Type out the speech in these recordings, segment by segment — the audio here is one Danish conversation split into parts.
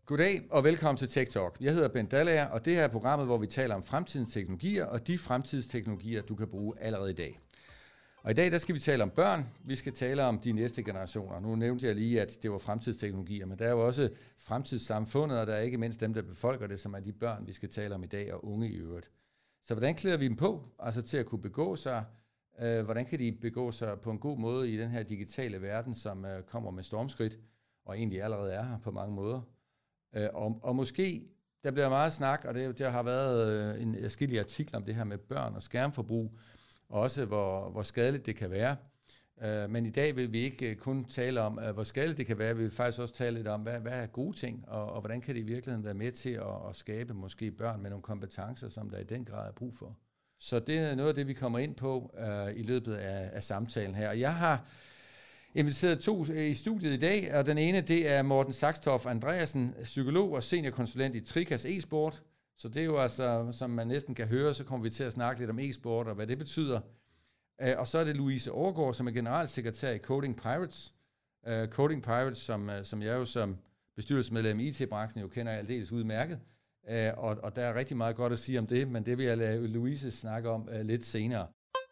Goddag og velkommen til Tech Talk. Jeg hedder Bent Dallager, og det her er programmet, hvor vi taler om fremtidens teknologier og de fremtidsteknologier, du kan bruge allerede i dag. Og i dag der skal vi tale om børn. Vi skal tale om de næste generationer. Nu nævnte jeg lige, at det var fremtidsteknologier, men der er jo også fremtidssamfundet, og der er ikke mindst dem, der befolker det, som er de børn, vi skal tale om i dag, og unge i øvrigt. Så hvordan klæder vi dem på, altså til at kunne begå sig? Hvordan kan de begå sig på en god måde i den her digitale verden, som kommer med stormskridt, og egentlig allerede er her på mange måder? Og måske, der bliver meget snak, og der har været en adskillig artikel om det her med børn og skærmforbrug, og også hvor skadeligt det kan være. Men i dag vil vi ikke kun tale om, hvor skadeligt det kan være, vi vil faktisk også tale lidt om, hvad er gode ting, og hvordan kan det i virkeligheden være med til at skabe måske børn med nogle kompetencer, som der i den grad er brug for. Så det er noget af det, vi kommer ind på i løbet af samtalen her. Og jeg har inviteret to i studiet i dag, og den ene, det er Morten Saxtorff Andreasen, psykolog og seniorkonsulent i Trikas e-sport. Så det er jo altså, som man næsten kan høre, så kommer vi til at snakke lidt om e-sport og hvad det betyder. Og så er det Louise Overgaard, som er generalsekretær i Coding Pirates. Coding Pirates, som jeg jo som bestyrelsesmedlem i IT-branchen jo kender aldeles udmærket. Og der er rigtig meget godt at sige om det, men det vil jeg lade Louise snakke om lidt senere.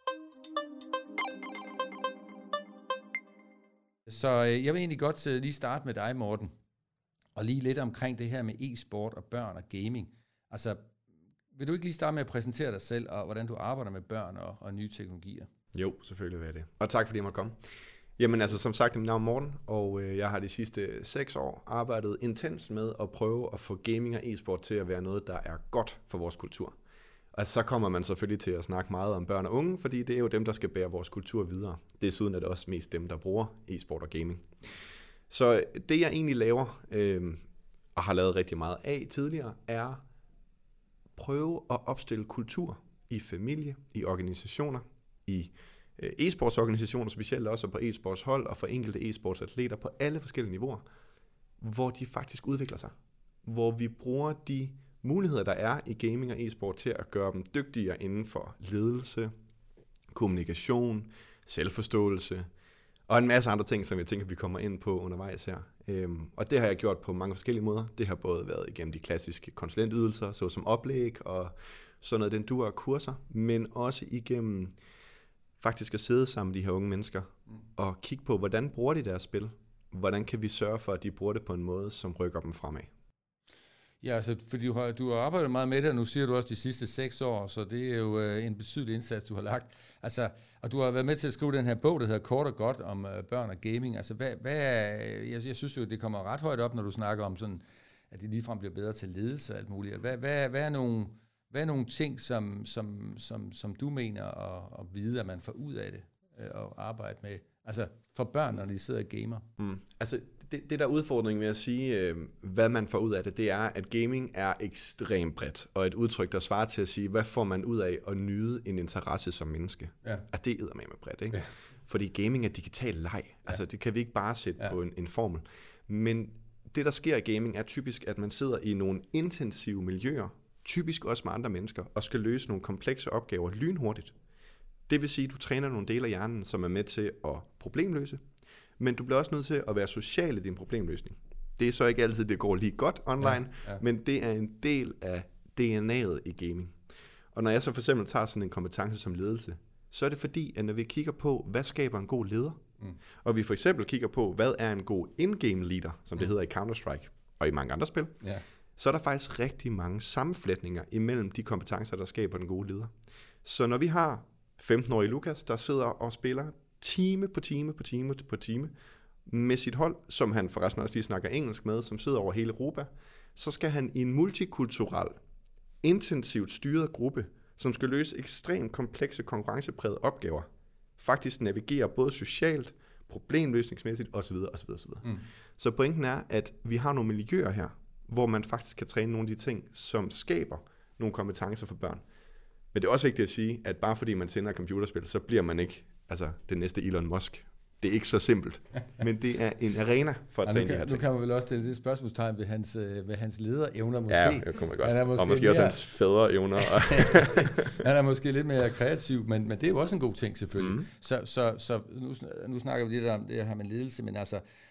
Så jeg vil egentlig godt lige starte med dig, Morten, og lige lidt omkring det her med e-sport og børn og gaming. Altså, vil du ikke lige starte med at præsentere dig selv, og hvordan du arbejder med børn og nye teknologier? Jo, selvfølgelig vil jeg det. Og tak fordi jeg måtte komme. Jamen altså, som sagt, mit navn er Morten, og jeg har de sidste 6 år arbejdet intens med at prøve at få gaming og e-sport til at være noget, der er godt for vores kultur. Og så kommer man selvfølgelig til at snakke meget om børn og unge, fordi det er jo dem, der skal bære vores kultur videre. Desuden er det også mest dem, der bruger e-sport og gaming. Så det, jeg egentlig laver, og har lavet rigtig meget af tidligere, er prøve at opstille kultur i familie, i organisationer, i e-sportsorganisationer, specielt også på e-sportshold og for enkelte e-sportsatleter på alle forskellige niveauer, hvor de faktisk udvikler sig. Hvor vi bruger de muligheder, der er i gaming og e-sport til at gøre dem dygtigere inden for ledelse, kommunikation, selvforståelse og en masse andre ting, som jeg tænker, vi kommer ind på undervejs her. Og det har jeg gjort på mange forskellige måder. Det har både været igennem de klassiske konsulentydelser, såsom oplæg og sådan noget, den duer kurser, men også igennem faktisk at sidde sammen med de her unge mennesker og kigge på, hvordan bruger de deres spil? Hvordan kan vi sørge for, at de bruger det på en måde, som rykker dem fremad? Ja, altså, fordi du har arbejdet meget med det, og nu siger du også de sidste 6 år, så det er jo en betydelig indsats, du har lagt. Altså, og du har været med til at skrive den her bog, der hedder Kort og Godt om børn og gaming. Altså, jeg synes jo, det kommer ret højt op, når du snakker om sådan, at de ligefrem bliver bedre til ledelse og alt muligt. Hvad er nogle ting, som du mener at vide, at man får ud af det og arbejde med? Altså for børn, når de sidder og gamer. Altså det der udfordring med at sige, hvad man får ud af det, det er, at gaming er ekstremt bredt, og et udtryk, der svarer til at sige, hvad får man ud af at nyde en interesse som menneske? Ja. At det eddermame med bredt, ikke? Ja. Fordi gaming er digital leg. Altså det kan vi ikke bare sætte på en formel. Men det, der sker i gaming, er typisk, at man sidder i nogle intensive miljøer, typisk også med andre mennesker, og skal løse nogle komplekse opgaver lynhurtigt. Det vil sige, at du træner nogle dele af hjernen, som er med til at problemløse, men du bliver også nødt til at være social i din problemløsning. Det er så ikke altid, det går lige godt online, men det er en del af DNA'et i gaming. Og når jeg så for eksempel tager sådan en kompetence som ledelse, så er det fordi, at når vi kigger på, hvad skaber en god leder, og vi for eksempel kigger på, hvad er en god in-game leader, som det hedder i Counter-Strike og i mange andre spil, så er der faktisk rigtig mange sammenflætninger imellem de kompetencer, der skaber den gode leder. Så når vi har 15-årige Lukas, der sidder og spiller time på time med sit hold, som han forresten også lige snakker engelsk med, som sidder over hele Europa, så skal han i en multikulturel, intensivt styret gruppe, som skal løse ekstremt komplekse konkurrenceprægede opgaver, faktisk navigere både socialt, problemløsningsmæssigt osv. Så pointen er, at vi har nogle miljøer her, hvor man faktisk kan træne nogle af de ting, som skaber nogle kompetencer for børn. Men det er også vigtigt at sige, at bare fordi man sender computerspil, så bliver man ikke den næste Elon Musk. Det er ikke så simpelt, men det er en arena for at træne de her ting. Nu kan man vel også stille det spørgsmålstegn ved hans lederevner måske. Ja, det kunne man godt. Og måske også hans fædreevner. Han er måske lidt mere kreativ, men det er jo også en god ting selvfølgelig. Så nu snakker vi lidt om det her med ledelse, men altså,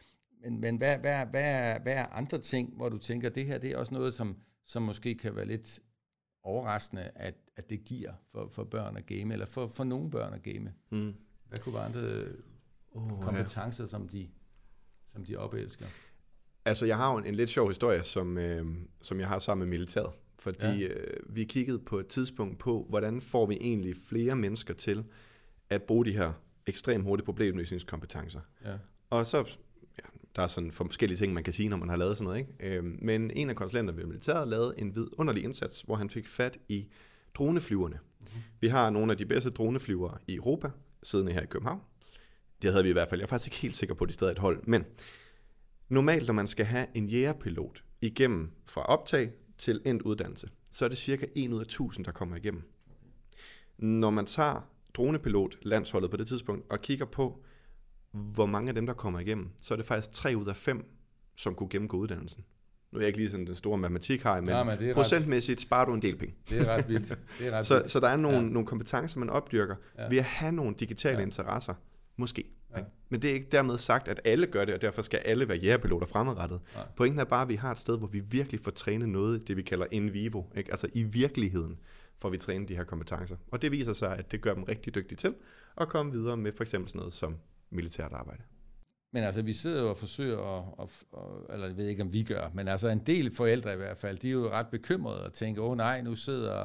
Men hvad er andre ting, hvor du tænker, det her det er også noget, som måske kan være lidt overraskende, at det giver for børn at game, eller for nogle børn at game? Hvad kunne være andre kompetencer, som de opelsker? Altså, jeg har jo en lidt sjov historie, som jeg har sammen med militæret. Fordi vi kiggede på et tidspunkt på, hvordan får vi egentlig flere mennesker til at bruge de her ekstremt hurtige problemløsningskompetencer. Ja. Og så, der er sådan forskellige ting, man kan sige, når man har lavet sådan noget, ikke? Men en af konsulenterne ved militæret lavede en vidunderlig indsats, hvor han fik fat i droneflyverne. Mm-hmm. Vi har nogle af de bedste droneflyvere i Europa, siddende her i København. Det havde vi i hvert fald. Jeg er faktisk ikke helt sikker på, at de stadig er et hold. Men normalt, når man skal have en jægerpilot igennem fra optag til endt uddannelse, så er det cirka 1 ud af 1000, der kommer igennem. Når man tager dronepilot-landsholdet på det tidspunkt og kigger på, hvor mange af dem, der kommer igennem, så er det faktisk 3 ud af 5, som kunne gennemgå uddannelsen. Nu er jeg ikke lige sådan den store matematik her, men procentmæssigt sparer du en del penge. Det er ret vildt. Så der er nogle kompetencer, man opdyrker ved at have nogle digitale interesser. Måske. Ja. Men det er ikke dermed sagt, at alle gør det, og derfor skal alle være jægerpiloter fremadrettet. Nej. Pointen er bare, at vi har et sted, hvor vi virkelig får trænet noget, det vi kalder in vivo. Ikke? Altså i virkeligheden får vi trænet de her kompetencer. Og det viser sig, at det gør dem rigtig dygtige til at komme videre med for eksempel sådan noget som militært arbejde. Men altså, vi sidder jo og forsøger, eller jeg ved ikke, om vi gør, men altså en del forældre i hvert fald, de er jo ret bekymrede og tænker, nej, nu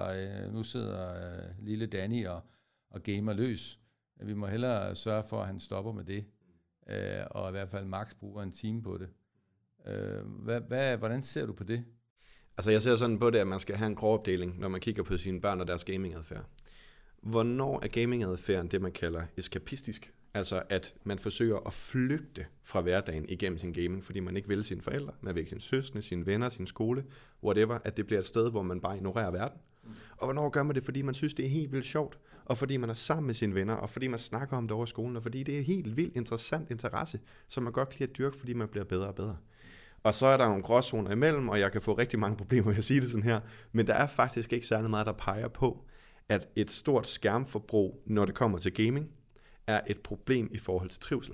sidder lille Danny og gamer løs. Vi må hellere sørge for, at han stopper med det, og i hvert fald max bruger en time på det. Hvordan ser du på det? Altså jeg ser sådan på det, at man skal have en grov opdeling, når man kigger på sine børn og deres gamingadfærd. Hvornår er gamingadfærden det, man kalder eskapistisk? Altså at man forsøger at flygte fra hverdagen igennem sin gaming, fordi man ikke vil sine forældre, man vil ikke sine søskende, sine venner, sin skole, whatever, at det bliver et sted, hvor man bare ignorerer verden. Og hvornår gør man det, fordi man synes, det er helt vildt sjovt, og fordi man er sammen med sine venner, og fordi man snakker om det over skolen, og fordi det er en helt vildt interessant interesse, som man godt kan lide at dyrke, fordi man bliver bedre og bedre. Og så er der nogle gråzoner imellem, og jeg kan få rigtig mange problemer ved at sige det sådan her, men der er faktisk ikke særlig meget, der peger på, at et stort skærmforbrug, når det kommer til gaming, er et problem i forhold til trivsel.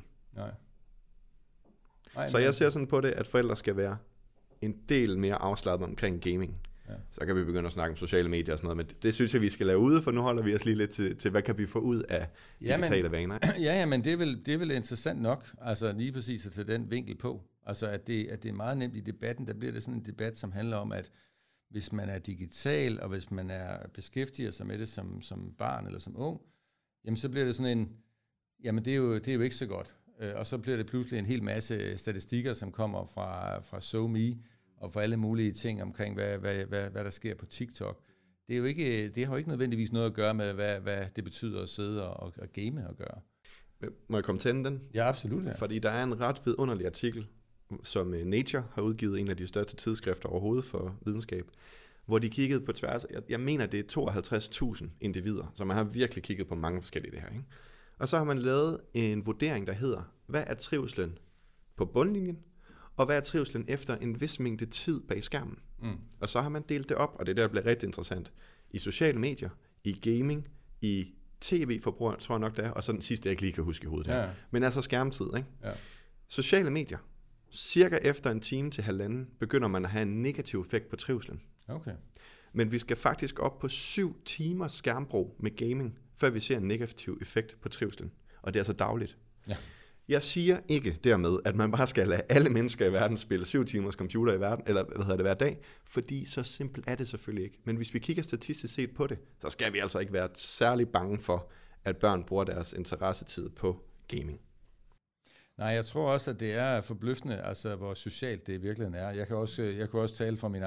Nej, så jeg ser sådan på det, at forældre skal være en del mere afslappet omkring gaming. Ja. Så kan vi begynde at snakke om sociale medier og sådan noget, men det synes jeg, vi skal lave ude, for nu holder vi os lige lidt til hvad kan vi få ud af digitale vaner. Ja, men det er vel interessant nok, altså lige præcis at tage den vinkel på. Altså at det er meget nemt i debatten, der bliver det sådan en debat, som handler om, at hvis man er digital, og hvis man beskæftiger sig med det som barn eller som ung, jamen så bliver det sådan en, jamen det er jo ikke så godt. Og så bliver det pludselig en hel masse statistikker, som kommer fra SoMe, og for alle mulige ting omkring, hvad der sker på TikTok. Det har jo ikke nødvendigvis noget at gøre med, hvad det betyder at sidde og game og gøre. Må jeg komme til den? Ja, absolut. Ja. Fordi der er en ret vidunderlig artikel, som Nature har udgivet, en af de største tidsskrifter overhovedet for videnskab, hvor de kiggede på tværs, jeg mener det er 52.000 individer, så man har virkelig kigget på mange forskellige det her, ikke? Og så har man lavet en vurdering, der hedder, hvad er trivslen på bundlinjen, og hvad er trivslen efter en vis mængde tid bag skærmen. Og så har man delt det op, og det er der, der bliver rigtig interessant, i sociale medier, i gaming, i tv-forbrug, tror jeg nok det er, og så den sidste, jeg ikke lige kan huske i hovedet her. Ja. Men altså skærmtid, ikke? Ja. Sociale medier, cirka efter 1 time til 1,5, begynder man at have en negativ effekt på trivslen. Okay. Men vi skal faktisk op på 7 timers skærmbrug med gaming, før vi ser en negativ effekt på trivslen. Og det er altså dagligt. Ja. Jeg siger ikke dermed, at man bare skal lade alle mennesker i verden spille 7 timers computer i verden, eller hver dag, fordi så simpelt er det selvfølgelig ikke. Men hvis vi kigger statistisk set på det, så skal vi altså ikke være særlig bange for, at børn bruger deres interessetid på gaming. Nej, jeg tror også, at det er forbløffende, altså hvor socialt det i virkeligheden er. Jeg kan også tale for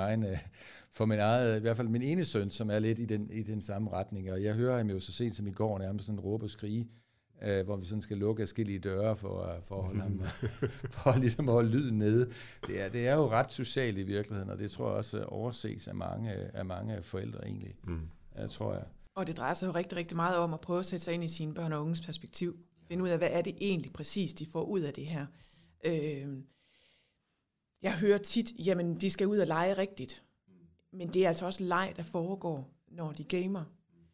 min eget, i hvert fald min ene søn, som er lidt i den samme retning, og jeg hører ham jo så sent som i går nærmest sådan råbe og skrige, hvor vi sådan skal lukke forskellige døre for at holde ham, for ligesom at holde lyden nede. Det er jo ret socialt i virkeligheden, og det tror jeg også overses af mange forældre egentlig, tror jeg. Og det drejer sig jo rigtig, rigtig meget om at prøve at sætte sig ind i sine børn og unges perspektiv. Finde ud af, hvad er det egentlig præcis, de får ud af det her. Jeg hører tit, jamen de skal ud og lege rigtigt. Men det er altså også leg, der foregår, når de gamer.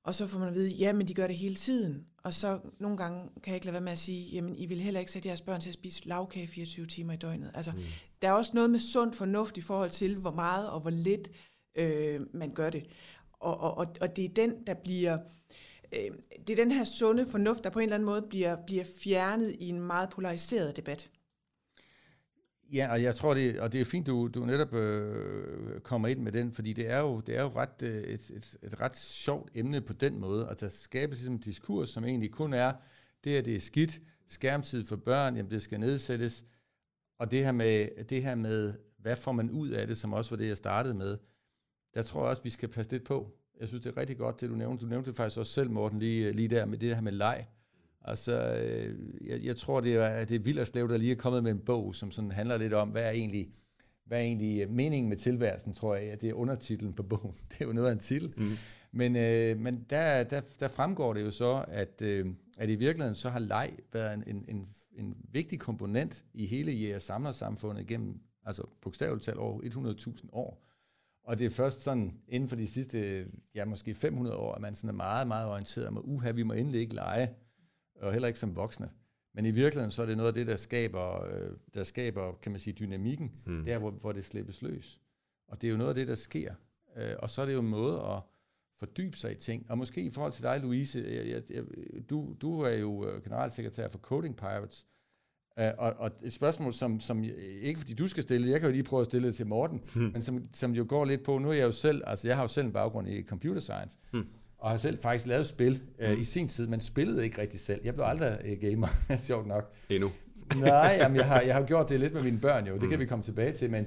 Og så får man at vide, ja, men de gør det hele tiden. Og så nogle gange kan jeg ikke lade være med at sige, jamen I vil heller ikke sætte jeres børn til at spise lagkage 24 timer i døgnet. Altså, der er også noget med sund fornuft i forhold til, hvor meget og hvor lidt man gør det. Og det er den, der bliver... det er den her sunde fornuft, der på en eller anden måde bliver fjernet i en meget polariseret debat. Ja, og jeg tror, det er fint, du netop kommer ind med den, fordi det er jo ret, et ret sjovt emne på den måde, og der skabes ligesom en diskurs, som egentlig kun er, det er skidt, skærmtid for børn, jamen det skal nedsættes, og det her med, hvad får man ud af det, som også var det, jeg startede med, der tror jeg også, vi skal passe lidt på. Jeg synes, det er rigtig godt, det du nævnte. Du nævnte det faktisk også selv, Morten, lige der med det her med leg. Altså, jeg tror, det er Willerslev, der lige er kommet med en bog, som sådan handler lidt om, hvad er egentlig meningen med tilværelsen, tror jeg. Det er undertitlen på bogen. Det er jo noget af en titel. Mm. Men der fremgår det jo så, at i virkeligheden så har leg været en vigtig komponent i hele jæger-samlersamfundet gennem, altså bogstaveligt talt over 100.000 år. Og det er først sådan, inden for de sidste, måske 500 år, at man sådan er meget, meget orienteret om, at vi må endelig ikke lege, og heller ikke som voksne. Men i virkeligheden, så er det noget af det, der skaber kan man sige, dynamikken, der hvor det slippes løs. Og det er jo noget af det, der sker. Og så er det jo en måde at fordybe sig i ting. Og måske i forhold til dig, Louise, du er jo generalsekretær for Coding Pirates, og et spørgsmål, som ikke fordi du skal stille, jeg kan jo lige prøve at stille det til Morten, men som jo går lidt på, nu er jeg jo selv, altså jeg har jo selv en baggrund i computer science, og har selv faktisk lavet spil i sin tid, men spillede ikke rigtig selv. Jeg blev aldrig gamer, sjovt nok. Endnu. Nej, jamen jeg har gjort det lidt med mine børn jo, det kan vi komme tilbage til,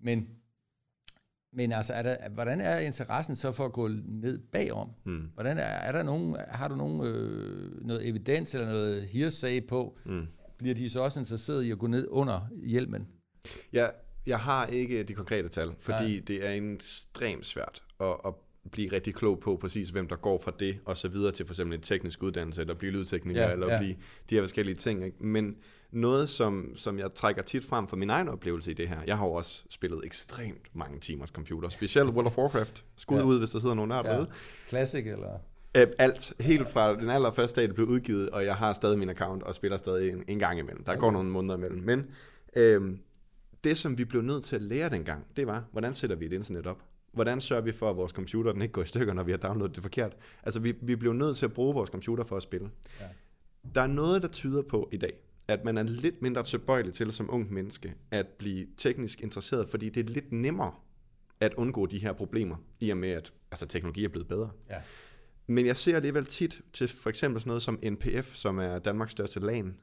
men altså, hvordan er interessen så for at gå ned bagom? Hvordan har du noget evidens eller noget hearsay på, bliver de så også interesseret i at gå ned under hjelmen? Ja, jeg har ikke de konkrete tal, fordi det er ekstremt svært at blive rigtig klog på præcis, hvem der går fra det, og så videre til for eksempel en teknisk uddannelse, eller blive lydtekniker, eller blive de her forskellige ting. Ikke? Men noget, som jeg trækker tit frem for min egen oplevelse i det her, jeg har jo også spillet ekstremt mange timers computer, specielt World of Warcraft. Skud ud, hvis der sidder nogen derude. Classic, eller? Alt, helt fra den allerførste dag, det blev udgivet, og jeg har stadig min account, og spiller stadig en gang imellem. Der går nogle måneder imellem. Men det, som vi blev nødt til at lære dengang, det var, hvordan sætter vi et internet op? Hvordan sørger vi for, at vores computer den ikke går i stykker, når vi har downloadet det forkert? Altså, vi blev nødt til at bruge vores computer for at spille. Ja. Der er noget, der tyder på i dag, at man er lidt mindre tilbøjelig til som ung menneske at blive teknisk interesseret, fordi det er lidt nemmere at undgå de her problemer, i og med, at teknologi er blevet bedre. Ja. Men jeg ser alligevel tit til for eksempel sådan noget som NPF, som er Danmarks største LAN,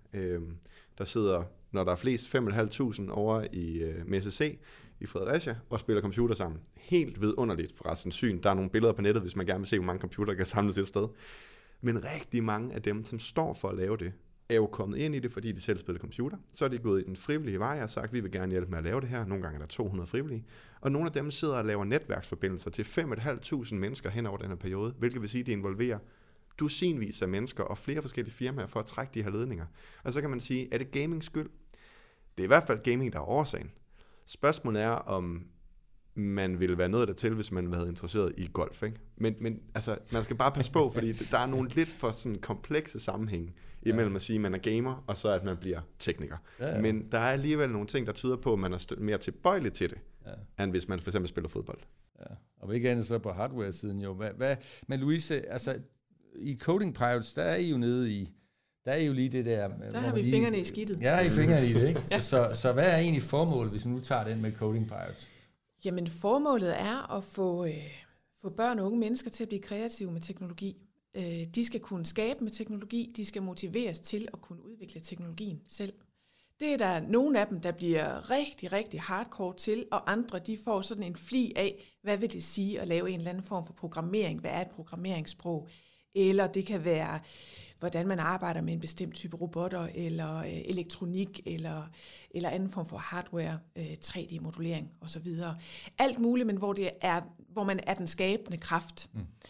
der sidder, når der er flest 5.500 over i MSC i Fredericia, og spiller computer sammen. Helt vidunderligt forresten syn. Der er nogle billeder på nettet, hvis man gerne vil se, hvor mange computere kan samles et sted. Men rigtig mange af dem, som står for at lave det, er jo kommet ind i det, fordi de selv spiller computer. Så er de gået i den frivillige vej og sagt, vi vil gerne hjælpe med at lave det her. Nogle gange er der 200 frivillige. Og nogle af dem sidder og laver netværksforbindelser til 5.500 mennesker hen over den her periode, hvilket vil sige, at det involverer dusinvis af mennesker og flere forskellige firmaer for at trække de her ledninger. Og så kan man sige, er det gaming skyld? Det er i hvert fald gaming, der er årsagen. Spørgsmålet er, om man ville være noget dertil, hvis man havde interesseret i golf. Ikke? Men altså, man skal bare passe på, fordi der er nogle lidt for sådan komplekse sammenhæng imellem at sige, at man er gamer, og så at man bliver tekniker. Ja. Men der er alligevel nogle ting, der tyder på, at man er mere tilbøjelig til det, end hvis man for eksempel spiller fodbold. Ja. Og ikke andet så på hardware-siden jo. Men Louise, altså i Coding Pirates, der er I jo nede i, der er jo lige det der... Der har vi fingrene i skidtet. Ja, I fingrene i det, ikke? Ja. Så hvad er egentlig formålet, hvis vi nu tager den med Coding Pirates? Jamen, formålet er at få børn og unge mennesker til at blive kreative med teknologi. De skal kunne skabe med teknologi, de skal motiveres til at kunne udvikle teknologien selv. Det er der nogle af dem, der bliver rigtig, rigtig hardcore til, og andre de får sådan en fli af, hvad vil det sige at lave en eller anden form for programmering? Hvad er et programmeringssprog? Eller det kan være, hvordan man arbejder med en bestemt type robotter, eller elektronik, eller anden form for hardware, 3D-modulering osv. Alt muligt, men hvor man er den skabende kraft.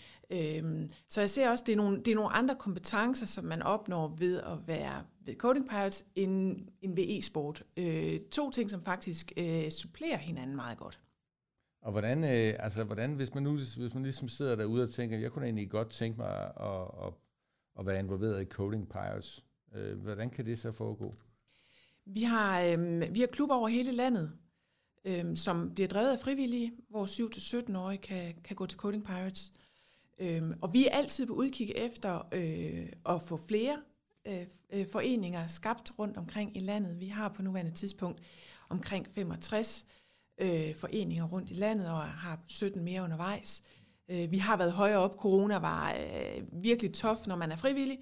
Så jeg ser også, det er nogle andre kompetencer, som man opnår ved at være ved Coding Pirates end ved e-sport. To ting, som faktisk supplerer hinanden meget godt. Og hvordan hvis man ligesom sidder derude og tænker, jeg kunne egentlig godt tænke mig at være involveret i Coding Pirates, hvordan kan det så foregå? Vi har klubber over hele landet, som bliver drevet af frivillige, hvor 7-17-årige kan gå til Coding Pirates. Og vi er altid på udkig efter at få flere foreninger skabt rundt omkring i landet. Vi har på nuværende tidspunkt omkring 65 foreninger rundt i landet, og har 17 mere undervejs. Vi har været højere op. Corona var virkelig tough, når man er frivillig.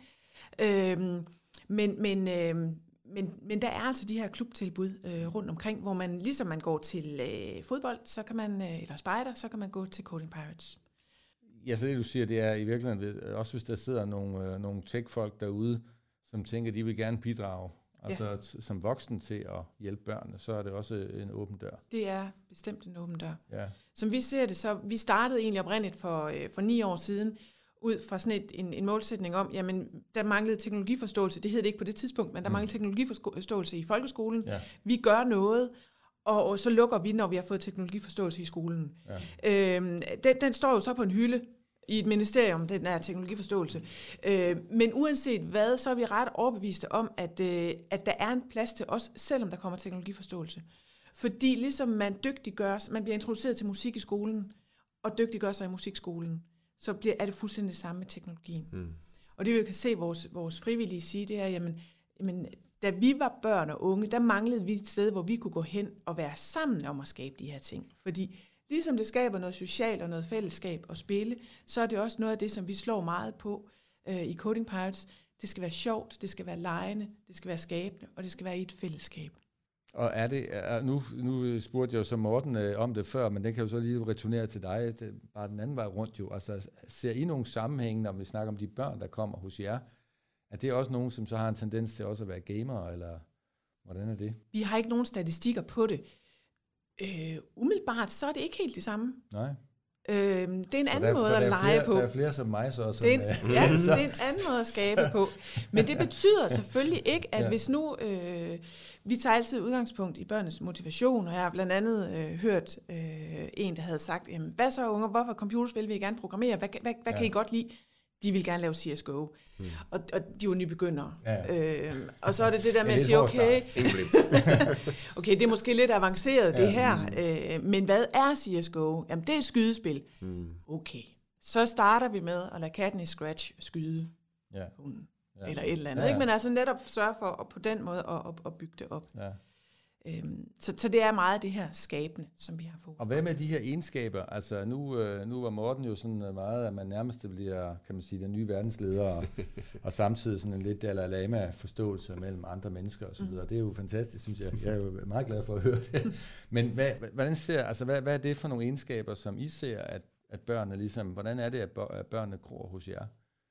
Men der er altså de her klubtilbud rundt omkring, hvor man, ligesom man går til fodbold, så kan man, eller spejder, så kan man gå til Coding Pirates. Ja, så det du siger, det er i virkeligheden, også hvis der sidder nogle tech-folk derude, som tænker, de vil gerne bidrage, altså som voksen til at hjælpe børnene, så er det også en åben dør. Det er bestemt en åben dør. Ja. Som vi ser det, så vi startede egentlig oprindeligt for 9 år siden, ud fra sådan en målsætning om, jamen, der manglede teknologiforståelse. Det hed det ikke på det tidspunkt, men der manglede teknologiforståelse i folkeskolen. Ja. Vi gør noget, og så lukker vi, når vi har fået teknologiforståelse i skolen. Ja. Den står jo så på en hylde i et ministerium, den der teknologiforståelse. Men uanset hvad, så er vi ret overbeviste om, at der er en plads til os, selvom der kommer teknologiforståelse. Fordi ligesom man bliver introduceret til musik i skolen, og dygtiggør sig i musikskolen, så er det fuldstændig det samme med teknologien. Og det vi kan se vores frivillige sige, det er, jamen, da vi var børn og unge, der manglede vi et sted, hvor vi kunne gå hen og være sammen om at skabe de her ting. Fordi ligesom det skaber noget socialt og noget fællesskab at spille, så er det også noget af det, som vi slår meget på i Coding Pirates. Det skal være sjovt, det skal være legende, det skal være skabende, og det skal være i et fællesskab. Og nu spurgte jeg jo så Morten om det før, men den kan jo så lige returnere til dig, bare den anden vej rundt jo. Altså, ser I nogle sammenhænge, når vi snakker om de børn, der kommer hos jer? Er det også nogen, som så har en tendens til også at være gamere, eller hvordan er det? Vi har ikke nogen statistikker på det. Umiddelbart, så er det ikke helt det samme. Nej. Det er en anden måde at lege på. Der er flere som mig så. Det er en anden måde at skabe på. Men det betyder selvfølgelig ikke, at hvis nu... vi tager altid udgangspunkt i børnenes motivation, og jeg har blandt andet hørt en, der havde sagt, jamen, hvad så unger, hvorfor computerspil vil I gerne programmere? Hvad kan I godt lide? De vil gerne lave CSGO. Og de var nybegyndere. Ja. Og så er det der med at sige, okay, det er måske lidt avanceret det her, men hvad er CSGO? Jamen, det er skydespil. Okay, så starter vi med at lade katten i Scratch skyde hunden. Eller et eller andet. Ikke? Men altså netop sørge for på den måde at bygge det op. Ja. Så det er meget det her skabende, som vi har fået. Og hvad med de her egenskaber? Altså nu var Morten jo sådan meget, at man nærmest bliver, kan man sige, den nye verdensleder, og samtidig sådan en lidt Dalai Lama-forståelse mellem andre mennesker og så videre. Det er jo fantastisk, synes jeg. Jeg er jo meget glad for at høre det. Men hvad er det for nogle egenskaber, som I ser, at børnene ligesom, hvordan er det, at børnene gror hos jer?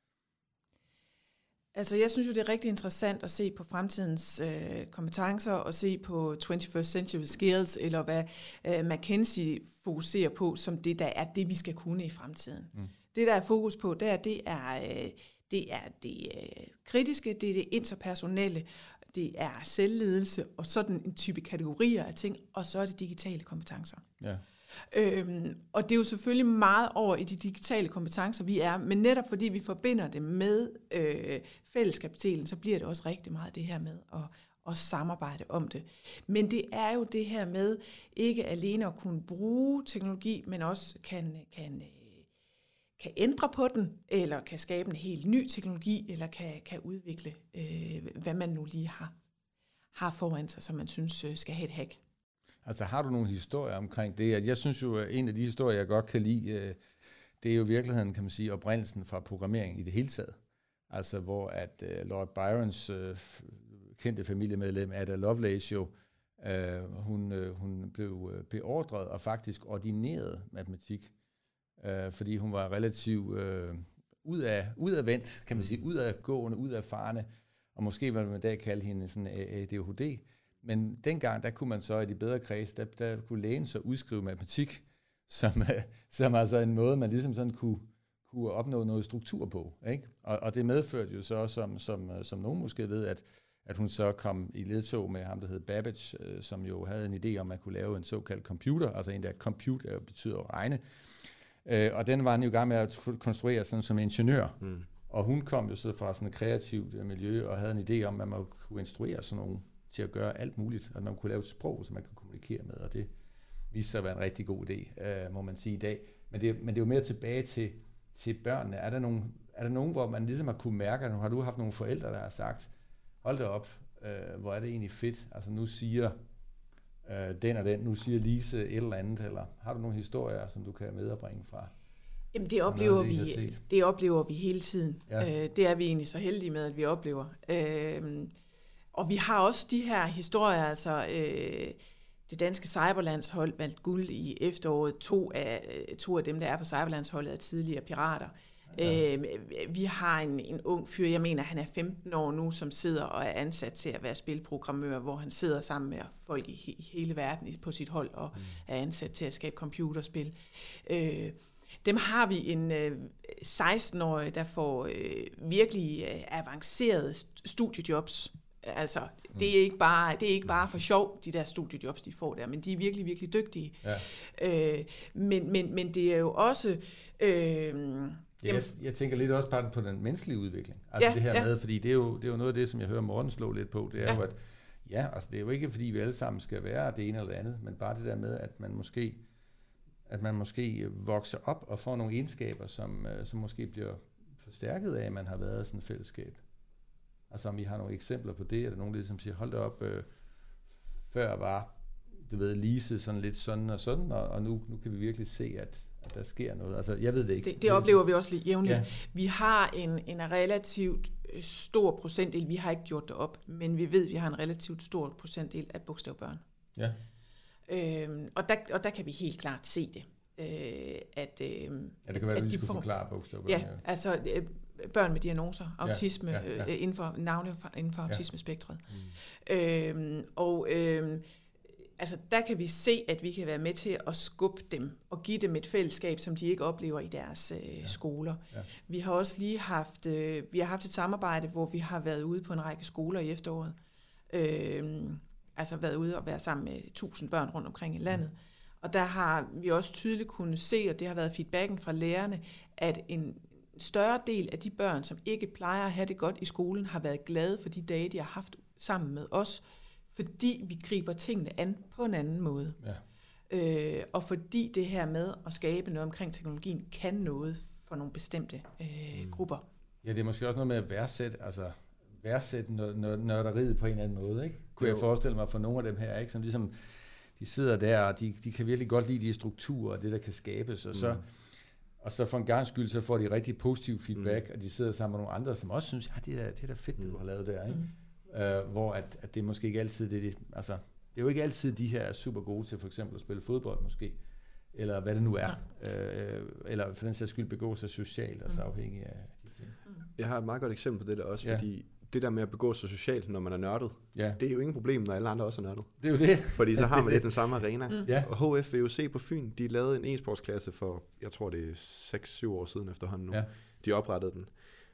Altså, jeg synes jo, det er rigtig interessant at se på fremtidens kompetencer og se på 21st century skills, eller hvad McKinsey fokuserer på, som det, der er det, vi skal kunne i fremtiden. Det, der er fokus på, det er det kritiske, det er det interpersonelle, det er selvledelse, og sådan en type kategorier af ting, og så er det digitale kompetencer. Ja. Og det er jo selvfølgelig meget over i de digitale kompetencer, vi er, men netop fordi vi forbinder det med fællesskabsdelen, så bliver det også rigtig meget det her med at samarbejde om det. Men det er jo det her med ikke alene at kunne bruge teknologi, men også kan ændre på den, eller kan skabe en helt ny teknologi, eller kan udvikle, hvad man nu lige har foran sig, som man synes skal have et hack. Altså, har du nogle historier omkring det? Jeg synes jo, en af de historier, jeg godt kan lide, det er jo i virkeligheden, kan man sige, oprindelsen fra programmering i det hele taget. Altså, hvor at Lord Byrons kendte familiemedlem, Ada Lovelace jo, hun blev beordret og faktisk ordineret matematik, fordi hun var relativt udadvendt, kan man sige, udadgående, udadfarende, og måske vil man i dag kalde hende sådan ADHD. Men dengang, der kunne man så i de bedre kreds, der kunne lægen så udskrive matematik, som altså en måde, man ligesom sådan kunne opnå noget struktur på. Ikke? Og det medførte jo så, som nogen måske ved, at hun så kom i ledtog med ham, der hed Babbage, som jo havde en idé om, at man kunne lave en såkaldt computer, altså en der computer betyder at regne. Og den var han jo i gang med at konstruere sådan som ingeniør. Og hun kom jo så fra sådan et kreativt miljø og havde en idé om, at man kunne instruere sådan nogen til at gøre alt muligt, at man kunne lave et sprog, som man kunne kommunikere med, og det viste sig at være en rigtig god idé, må man sige i dag. Men det er jo mere tilbage til børnene. Er der nogen, hvor man ligesom har kunne mærke, at har du haft nogle forældre, der har sagt, hold da op, hvor er det egentlig fedt, altså nu siger den og den, nu siger Lise et eller andet, eller har du nogle historier, som du kan medbringe fra? Jamen det oplever vi hele tiden. Ja. Det er vi egentlig så heldige med, at vi oplever. Og vi har også de her historier, altså det danske cyberlandshold valgte guld i efteråret. To af dem, der er på cyberlandsholdet, er tidligere pirater. Ja. Vi har en ung fyr, jeg mener, han er 15 år nu, som sidder og er ansat til at være spilprogrammør, hvor han sidder sammen med folk i hele verden på sit hold og er ansat til at skabe computerspil. Dem har vi en 16-årig, der får virkelig avancerede studiejobs. Altså, det er ikke bare for sjov, de der studiejobs, de får der, men de er virkelig, virkelig dygtige. Ja. Men det er jo også... Jeg tænker lidt også bare på den menneskelige udvikling. Altså det her med, fordi det er jo noget af det, som jeg hører Morten slå lidt på, det er jo, at altså det er jo ikke, fordi vi alle sammen skal være det ene eller det andet, men bare det der med, at man måske vokser op og får nogle egenskaber, som måske bliver forstærket af, at man har været sådan et fællesskab. Altså om vi har nogle eksempler på det, er der nogen, der ligesom siger, hold da op, før var, du ved, Lise sådan lidt sådan og sådan, og nu kan vi virkelig se, at der sker noget. Altså, jeg ved det ikke. Det oplever vi også lidt jævnligt. Ja. Vi har en relativt stor procentdel, vi har ikke gjort det op, men vi ved, at vi har en relativt stor procentdel af bogstavbørn. Ja. Og der kan vi helt klart se det. Det kan være, at vi skulle forklare bogstavbørn. Ja, altså børn med diagnoser, autisme, inden for autismespektret. Altså der kan vi se, at vi kan være med til at skubbe dem og give dem et fællesskab, som de ikke oplever i deres skoler. Ja. Vi har også lige haft et samarbejde, hvor vi har været ude på en række skoler i efteråret. Altså været ude og være sammen med 1000 børn rundt omkring i landet. Og der har vi også tydeligt kunne se, og det har været feedbacken fra lærerne, at en større del af de børn, som ikke plejer at have det godt i skolen, har været glade for de dage, de har haft sammen med os, fordi vi griber tingene an på en anden måde. Ja. Og fordi det her med at skabe noget omkring teknologien, kan noget for nogle bestemte grupper. Ja, det er måske også noget med at værdsætte nørderiet på en eller anden måde, ikke? Kunne jeg forestille mig for nogle af dem her, ikke? Som ligesom, de sidder der, og de kan virkelig godt lide de strukturer og det, der kan skabes, og så for en gang skyld, så får de rigtig positiv feedback, og de sidder sammen med nogle andre, som også synes, det er da fedt, det du har lavet der, ikke? Hvor at det måske ikke altid det altså det er jo ikke altid de her er super gode til for eksempel at spille fodbold måske, eller hvad det nu er, eller for den sags skyld begå sig socialt, altså afhængig af de ting. Jeg har et meget godt eksempel på det der også, fordi det der med at begå sig socialt, når man er nørdet, det er jo ingen problem, når alle andre også er nørdet. Det er jo det. Fordi så har man lidt den samme arena. Og HF VUC på Fyn, de lavede en e-sportsklasse for, jeg tror det er 6-7 år siden efterhånden nu. Ja. De oprettede den.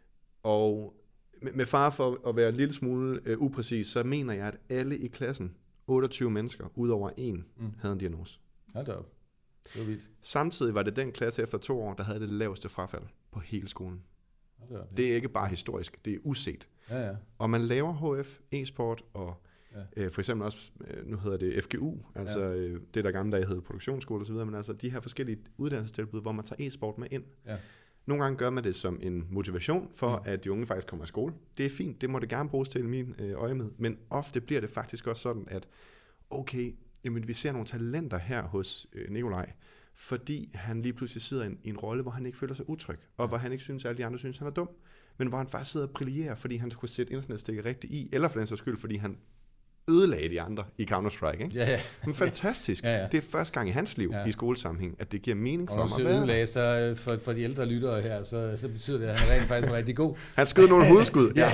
Og med fare for at være en lille smule upræcis, så mener jeg, at alle i klassen, 28 mennesker, udover en, havde en diagnose. Hold da op. Det var vildt. Samtidig var det den klasse efter 2 år, der havde det laveste frafald på hele skolen. Det er ikke bare historisk, det er uset. Ja. Og man laver HF, e-sport og for eksempel også, nu hedder det FGU, altså det der gamle dage hed produktionsskole og så videre, men altså de her forskellige uddannelsestilbud, hvor man tager e-sport med ind. Ja. Nogle gange gør man det som en motivation for, at de unge faktisk kommer i skole. Det er fint, det må det gerne bruges til i min øjemed, men ofte bliver det faktisk også sådan, at okay, jamen, vi ser nogle talenter her hos Nikolaj, fordi han lige pludselig sidder i en rolle, hvor han ikke føler sig utryg, og hvor han ikke synes, at alle de andre synes, han er dum, men hvor han faktisk sidder og brillerer, fordi han skulle sætte internetstikket rigtigt i, eller for den sags skyld, fordi han ødelagde de andre i Counter-Strike, ikke? Ja. Men fantastisk. Ja. Det er første gang i hans liv i skolesammenhæng, at det giver mening for ham at være. Og når ødelagde for de ældre lyttere her, så betyder det, at han rent faktisk var rigtig god. Han skød nogle hovedskud. Det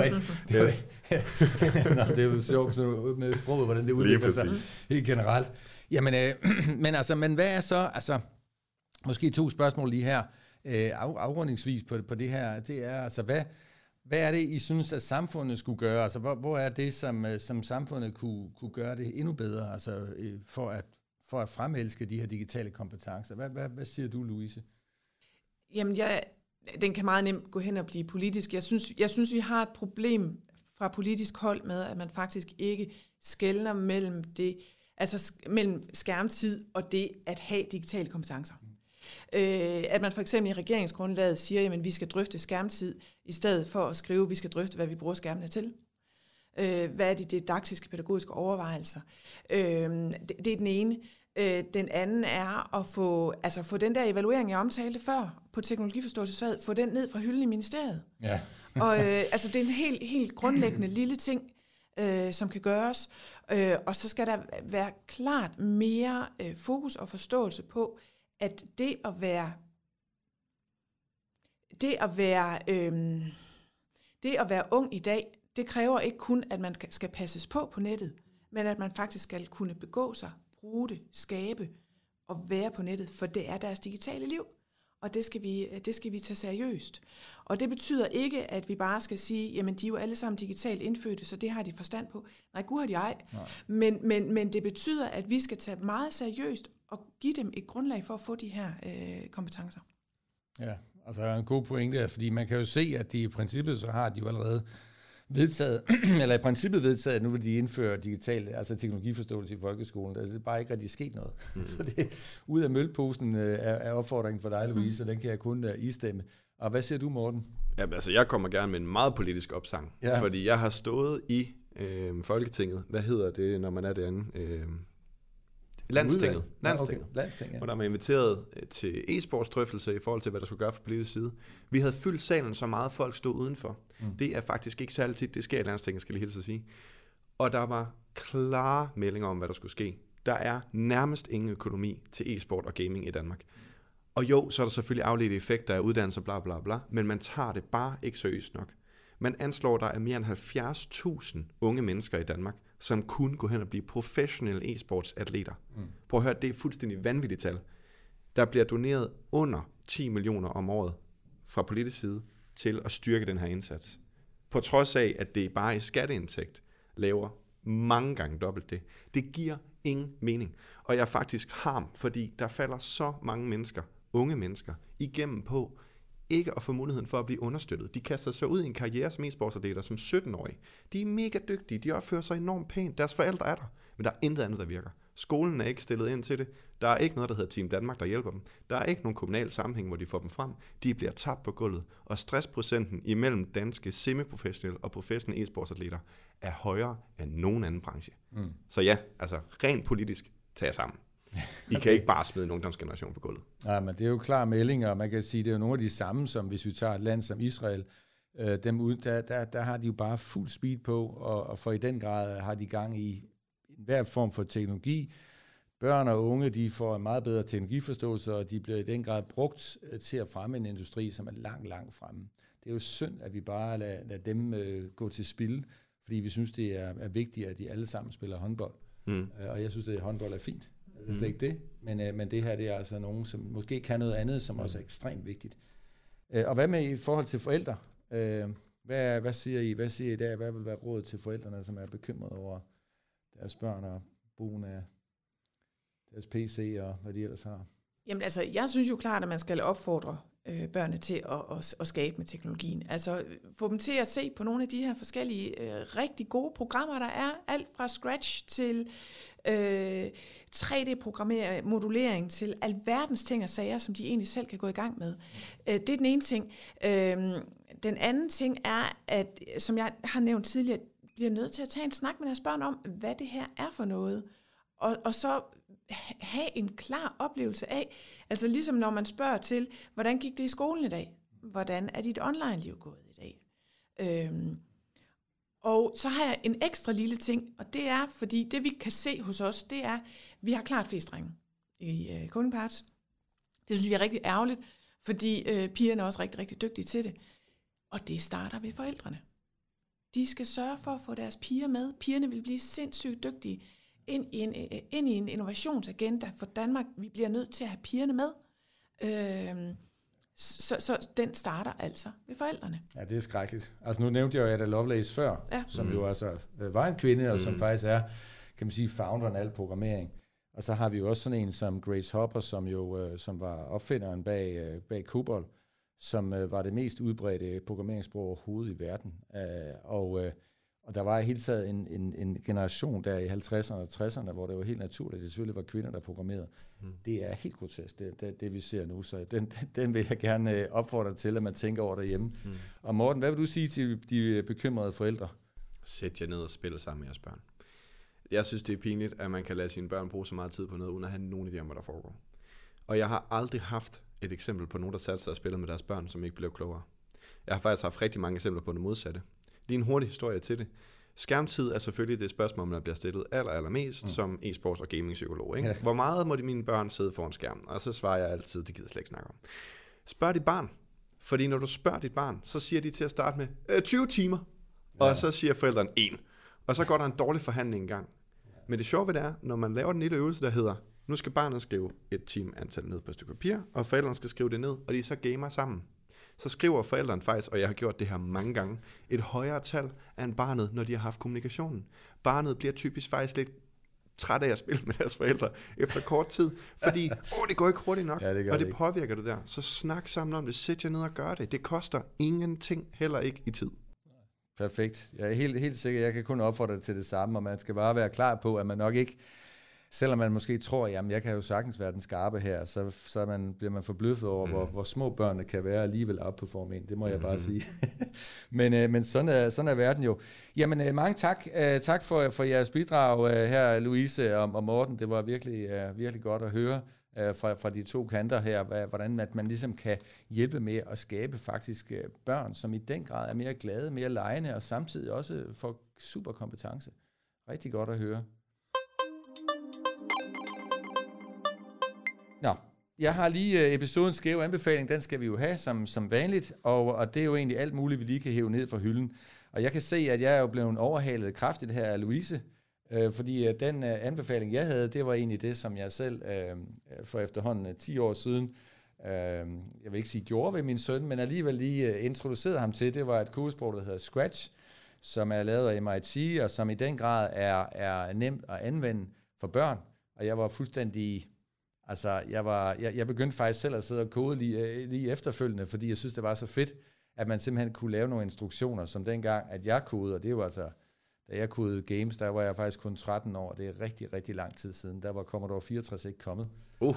er jo sjovt med sproget, hvordan det udvikler sig helt generelt. Jamen, men hvad er så, altså, måske 2 spørgsmål lige her, afrundingsvis på det her, det er altså, Hvad er det, I synes, at samfundet skulle gøre? Altså, hvor er det, som samfundet kunne gøre det endnu bedre, altså, for at fremelske de her digitale kompetencer? Hvad siger du, Louise? Jamen, den kan meget nemt gå hen og blive politisk. Jeg synes, vi har et problem fra politisk hold med, at man faktisk ikke skelner mellem skærmtid og det at have digitale kompetencer. At man for eksempel i regeringsgrundlaget siger, at vi skal drøfte skærmtid, i stedet for at skrive, at vi skal drøfte, hvad vi bruger skærmene til. Hvad er de didaktiske, pædagogiske overvejelser? Det er den ene. Den anden er at få den der evaluering, jeg omtalte før, på teknologiforståelsesfaget, få den ned fra hylden i ministeriet. Ja. Og det er en helt grundlæggende lille ting, som kan gøres. Og så skal der være klart mere fokus og forståelse på, at det at være ung i dag, det kræver ikke kun, at man skal passes på nettet, men at man faktisk skal kunne begå sig, bruge det, skabe og være på nettet, for det er deres digitale liv, og det skal vi tage seriøst. Og det betyder ikke, at vi bare skal sige, jamen de er jo alle sammen digitalt indfødte, så det har de forstand på. Nej, gud har de ej. Men det betyder, at vi skal tage meget seriøst og give dem et grundlag for at få de her kompetencer. Ja, altså der er en god pointe, fordi man kan jo se, at de i princippet, så har de jo allerede vedtaget, nu vil de indføre digital, altså teknologiforståelse i folkeskolen. Der er bare ikke rigtig sket noget. Så det ud af mølposen er opfordringen for dig, Louise, og den kan jeg kun istemme. Og hvad siger du, Morten? Jamen, altså, jeg kommer gerne med en meget politisk opsang, fordi jeg har stået i Folketinget. Hvad hedder det, når man er derinde? Landstinget. Hvor der var inviteret til e-sportsdrøftelse i forhold til, hvad der skulle gøre fra politisk side. Vi havde fyldt salen så meget, folk stod udenfor. Det er faktisk ikke særlig tit, det sker i Landstinget, skal jeg hilse at sige. Og der var klare meldinger om, hvad der skulle ske. Der er nærmest ingen økonomi til e-sport og gaming i Danmark. Og jo, så er der selvfølgelig afledte effekter af uddannelser, bla bla bla, men man tager det bare ikke seriøst nok. Man anslår, der er mere end 70.000 unge mennesker i Danmark, som kunne gå hen og blive professionelle e-sportsatleter. Prøv at høre, det er fuldstændig vanvittigt tal. Der bliver doneret under 10 millioner om året fra politisk side til at styrke den her indsats. På trods af, at det bare i skatteindtægt laver mange gange dobbelt det. Det giver ingen mening. Og jeg er faktisk harm, fordi der falder så mange mennesker, unge mennesker, igennem på ikke at få muligheden for at blive understøttet. De kaster sig ud i en karriere som e-sportsatleter som 17-årige. De er mega dygtige, de opfører sig enormt pænt, deres forældre er der, men der er intet andet, der virker. Skolen er ikke stillet ind til det, der er ikke noget, der hedder Team Danmark, der hjælper dem. Der er ikke nogen kommunal sammenhæng, hvor de får dem frem. De bliver tabt på gulvet, og stressprocenten imellem danske semiprofessionelle og professionelle e-sportsatleter er højere end nogen anden branche. Så ja, altså rent politisk tager jeg sammen. I kan ikke bare smide en ungdomsgeneration på gulvet. Nej, men det er jo klare meldinger, og man kan sige, det er jo nogle af de samme, som hvis vi tager et land som Israel, der har de jo bare fuld speed på, og for i den grad har de gang i hver form for teknologi. Børn og unge, de får en meget bedre teknologiforståelse, og de bliver i den grad brugt til at fremme en industri, som er langt fremme. Det er jo synd, at vi bare lader dem gå til spil, fordi vi synes, det er vigtigt, at de alle sammen spiller håndbold. Og jeg synes, at håndbold er fint. Det er slet ikke det, men det her det er altså nogen, som måske kan noget andet, som også er ekstremt vigtigt. Og hvad med i forhold til forældre? Hvad siger I? Hvad siger I der? Hvad vil være rådet til forældrene, som er bekymrede over deres børn og brugen af deres PC og hvad de ellers har? Jamen altså, jeg synes jo klart, at man skal opfordre børnene til at skabe med teknologien. Altså få dem til at se på nogle af de her forskellige rigtig gode programmer, der er. Alt fra Scratch til 3D-programmering, modulering til alverdens ting og sager, som de egentlig selv kan gå i gang med. Det er den ene ting. Den anden ting er, at som jeg har nævnt tidligere, bliver nødt til at tage en snak med deres børn om, hvad det her er for noget. Og så have en klar oplevelse af, altså ligesom når man spørger til, hvordan gik det i skolen i dag? Hvordan er dit online-liv gået i dag? Og så har jeg en ekstra lille ting, og det er, fordi det vi kan se hos os, det er, vi har klart flest drenge i coding parts. Det synes jeg er rigtig ærgerligt, fordi pigerne er også rigtig, rigtig dygtige til det. Og det starter ved forældrene. De skal sørge for at få deres piger med. Pigerne vil blive sindssygt dygtige ind i en innovationsagenda for Danmark. Vi bliver nødt til at have pigerne med. Så den starter altså ved forældrene. Ja, det er skrækkeligt. Altså nu nævnte jeg jo Ada Lovelace før, som jo altså var en kvinde, og som faktisk er, kan man sige, founderen af al programmering. Og så har vi jo også sådan en som Grace Hopper, som var opfinderen bag COBOL, som var det mest udbredte programmeringssprog overhovedet i verden. Og der var hele taget en generation der i 50'erne og 60'erne, hvor det var helt naturligt, at det selvfølgelig var kvinder, der programmerede. Det er helt grotesk, det vi ser nu, så den vil jeg gerne opfordre til, at man tænker over derhjemme. Og Morten, hvad vil du sige til de bekymrede forældre? Sæt jer ned og spil sammen med jeres børn. Jeg synes, det er pinligt, at man kan lade sine børn bruge så meget tid på noget, uden at have nogen idé om, hvad der foregår. Og jeg har aldrig haft et eksempel på nogen, der satte sig og spillede med deres børn, som ikke blev klogere. Jeg har faktisk haft rigtig mange eksempler på det modsatte. Lige en hurtig historie til det. Skærmtid er selvfølgelig det spørgsmål, man bliver stillet allermest som e-sports- og gaming-psykolog. Ikke? Hvor meget må mine børn sidde foran skærmen? Og så svarer jeg altid, det gider jeg slet ikke snakke om. Spørg dit barn. Fordi når du spørger dit barn, så siger de til at starte med 20 timer. Ja. Og så siger forældrene 1. Og så går der en dårlig forhandling i gang. Men det sjove ved det er, når man laver den lille øvelse, der hedder, nu skal barnet skrive et timeantal ned på et stykke papir, og forældrene skal skrive det ned, og de så gamer sammen. Så skriver forældrene faktisk, og jeg har gjort det her mange gange, et højere tal end barnet, når de har haft kommunikationen. Barnet bliver typisk faktisk lidt træt af at spille med deres forældre efter kort tid, fordi det går ikke hurtigt nok, og det påvirker det der. Så snak sammen om det, sæt jer ned og gør det. Det koster ingenting, heller ikke i tid. Perfekt. Jeg er helt sikker, jeg kan kun opfordre dig til det samme, og man skal bare være klar på, at man nok ikke, selvom man måske tror, jamen jeg kan jo sagtens være den skarpe her, så bliver man forbløffet over, hvor små børnene kan være alligevel op på Form 1. Det må jeg bare sige. men sådan er verden jo. Jamen mange tak. Tak for jeres bidrag her, Louise og Morten. Det var virkelig godt at høre fra de to kanter her, hvordan at man ligesom kan hjælpe med at skabe faktisk børn, som i den grad er mere glade, mere legende, og samtidig også får super kompetence. Rigtig godt at høre. Nå, jeg har lige episodens skæve anbefaling, den skal vi jo have som vanligt, og det er jo egentlig alt muligt, vi lige kan hæve ned fra hylden. Og jeg kan se, at jeg er jo blevet overhalet kraftigt her af Louise, fordi den anbefaling, jeg havde, det var egentlig det, som jeg selv for efterhånden 10 år siden, jeg vil ikke sige gjorde ved min søn, men alligevel lige introducerede ham til. Det var et kodesprog, der hedder Scratch, som er lavet af MIT, og som i den grad er nemt at anvende for børn. Og jeg var fuldstændig... Altså, jeg begyndte faktisk selv at sidde og kode lige efterfølgende, fordi jeg synes, det var så fedt, at man simpelthen kunne lave nogle instruktioner, som dengang, at jeg kodede, og det var altså, da jeg kodede games, der var jeg faktisk kun 13 år, det er rigtig, rigtig lang tid siden, der var Commodore 64 ikke kommet.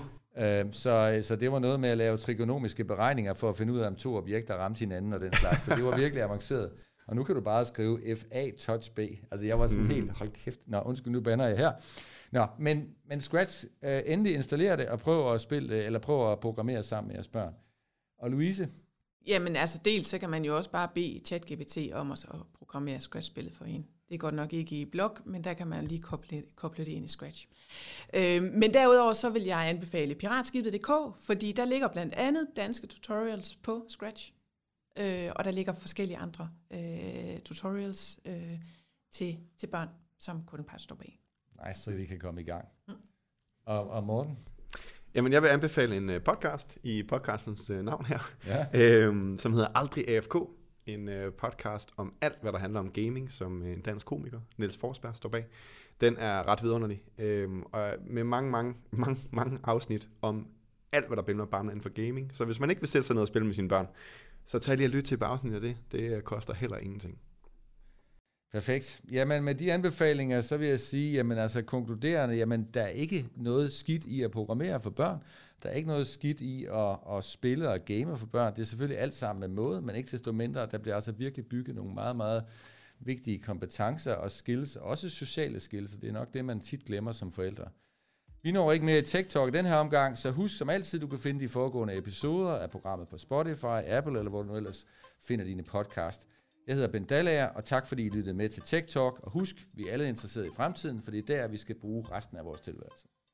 Så det var noget med at lave trigonomiske beregninger for at finde ud af, om to objekter ramte hinanden og den slags, så det var virkelig avanceret. Og nu kan du bare skrive FA touch B. Altså, jeg var sådan helt, hold kæft, undskyld, nu bander jeg her. Nå, men Scratch, endelig installér det, og prøv at spille eller prøv at programmere sammen med jeres børn. Og Louise? Jamen altså, dels så kan man jo også bare bede ChatGPT om at programmere Scratch-spillet for en. Det er godt nok ikke i blok, men der kan man lige koble det ind i Scratch. Men derudover så vil jeg anbefale piratskibet.dk, fordi der ligger blandt andet danske tutorials på Scratch. Og der ligger forskellige andre tutorials til børn, som Codingpart står bag. Nice, så vi kan komme i gang. Og Morten? Jamen, jeg vil anbefale en podcast i podcastens navn her, som hedder Aldrig AFK. En podcast om alt, hvad der handler om gaming, som en dansk komiker, Niels Forsberg, står bag. Den er ret vidunderlig, og med mange afsnit om alt, hvad der binder barnet inden for gaming. Så hvis man ikke vil sætte sig ned og spille med sine børn, så tag lige og lyt til et afsnit af det. Det koster heller ingenting. Perfekt. Jamen med de anbefalinger, så vil jeg sige, jamen altså konkluderende, jamen der er ikke noget skidt i at programmere for børn. Der er ikke noget skidt i at spille og game for børn. Det er selvfølgelig alt sammen med måde, men ikke desto mindre. Der bliver altså virkelig bygget nogle meget, meget vigtige kompetencer og skills, også sociale skills. Det er nok det, man tit glemmer som forældre. Vi når ikke mere i Tech Talk den her omgang, så husk som altid, du kan finde de foregående episoder af programmet på Spotify, Apple eller hvor du ellers finder dine podcast. Jeg hedder Ben Dallager, og tak fordi I lyttede med til Tech Talk. Og husk, vi er alle interesserede i fremtiden, for det er der, vi skal bruge resten af vores tilværelse.